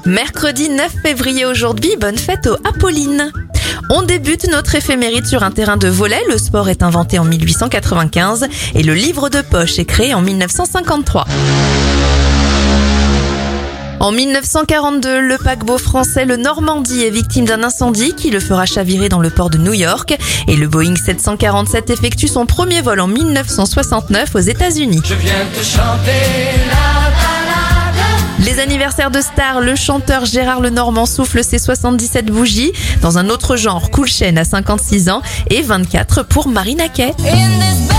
Mercredi 9 février aujourd'hui, bonne fête aux Apolline. On débute notre éphéméride sur un terrain de volley. Le sport est inventé en 1895 et le livre de poche est créé en 1953. En 1942, le paquebot français le Normandie est victime d'un incendie qui le fera chavirer dans le port de New York. Et le Boeing 747 effectue son premier vol en 1969 aux États-Unis. Je viens te chanter la balade. Les anniversaires de stars, le chanteur Gérard Lenormand souffle ses 77 bougies. Dans un autre genre, Cool Chain a 56 ans et 24 pour Marina Kaye. In this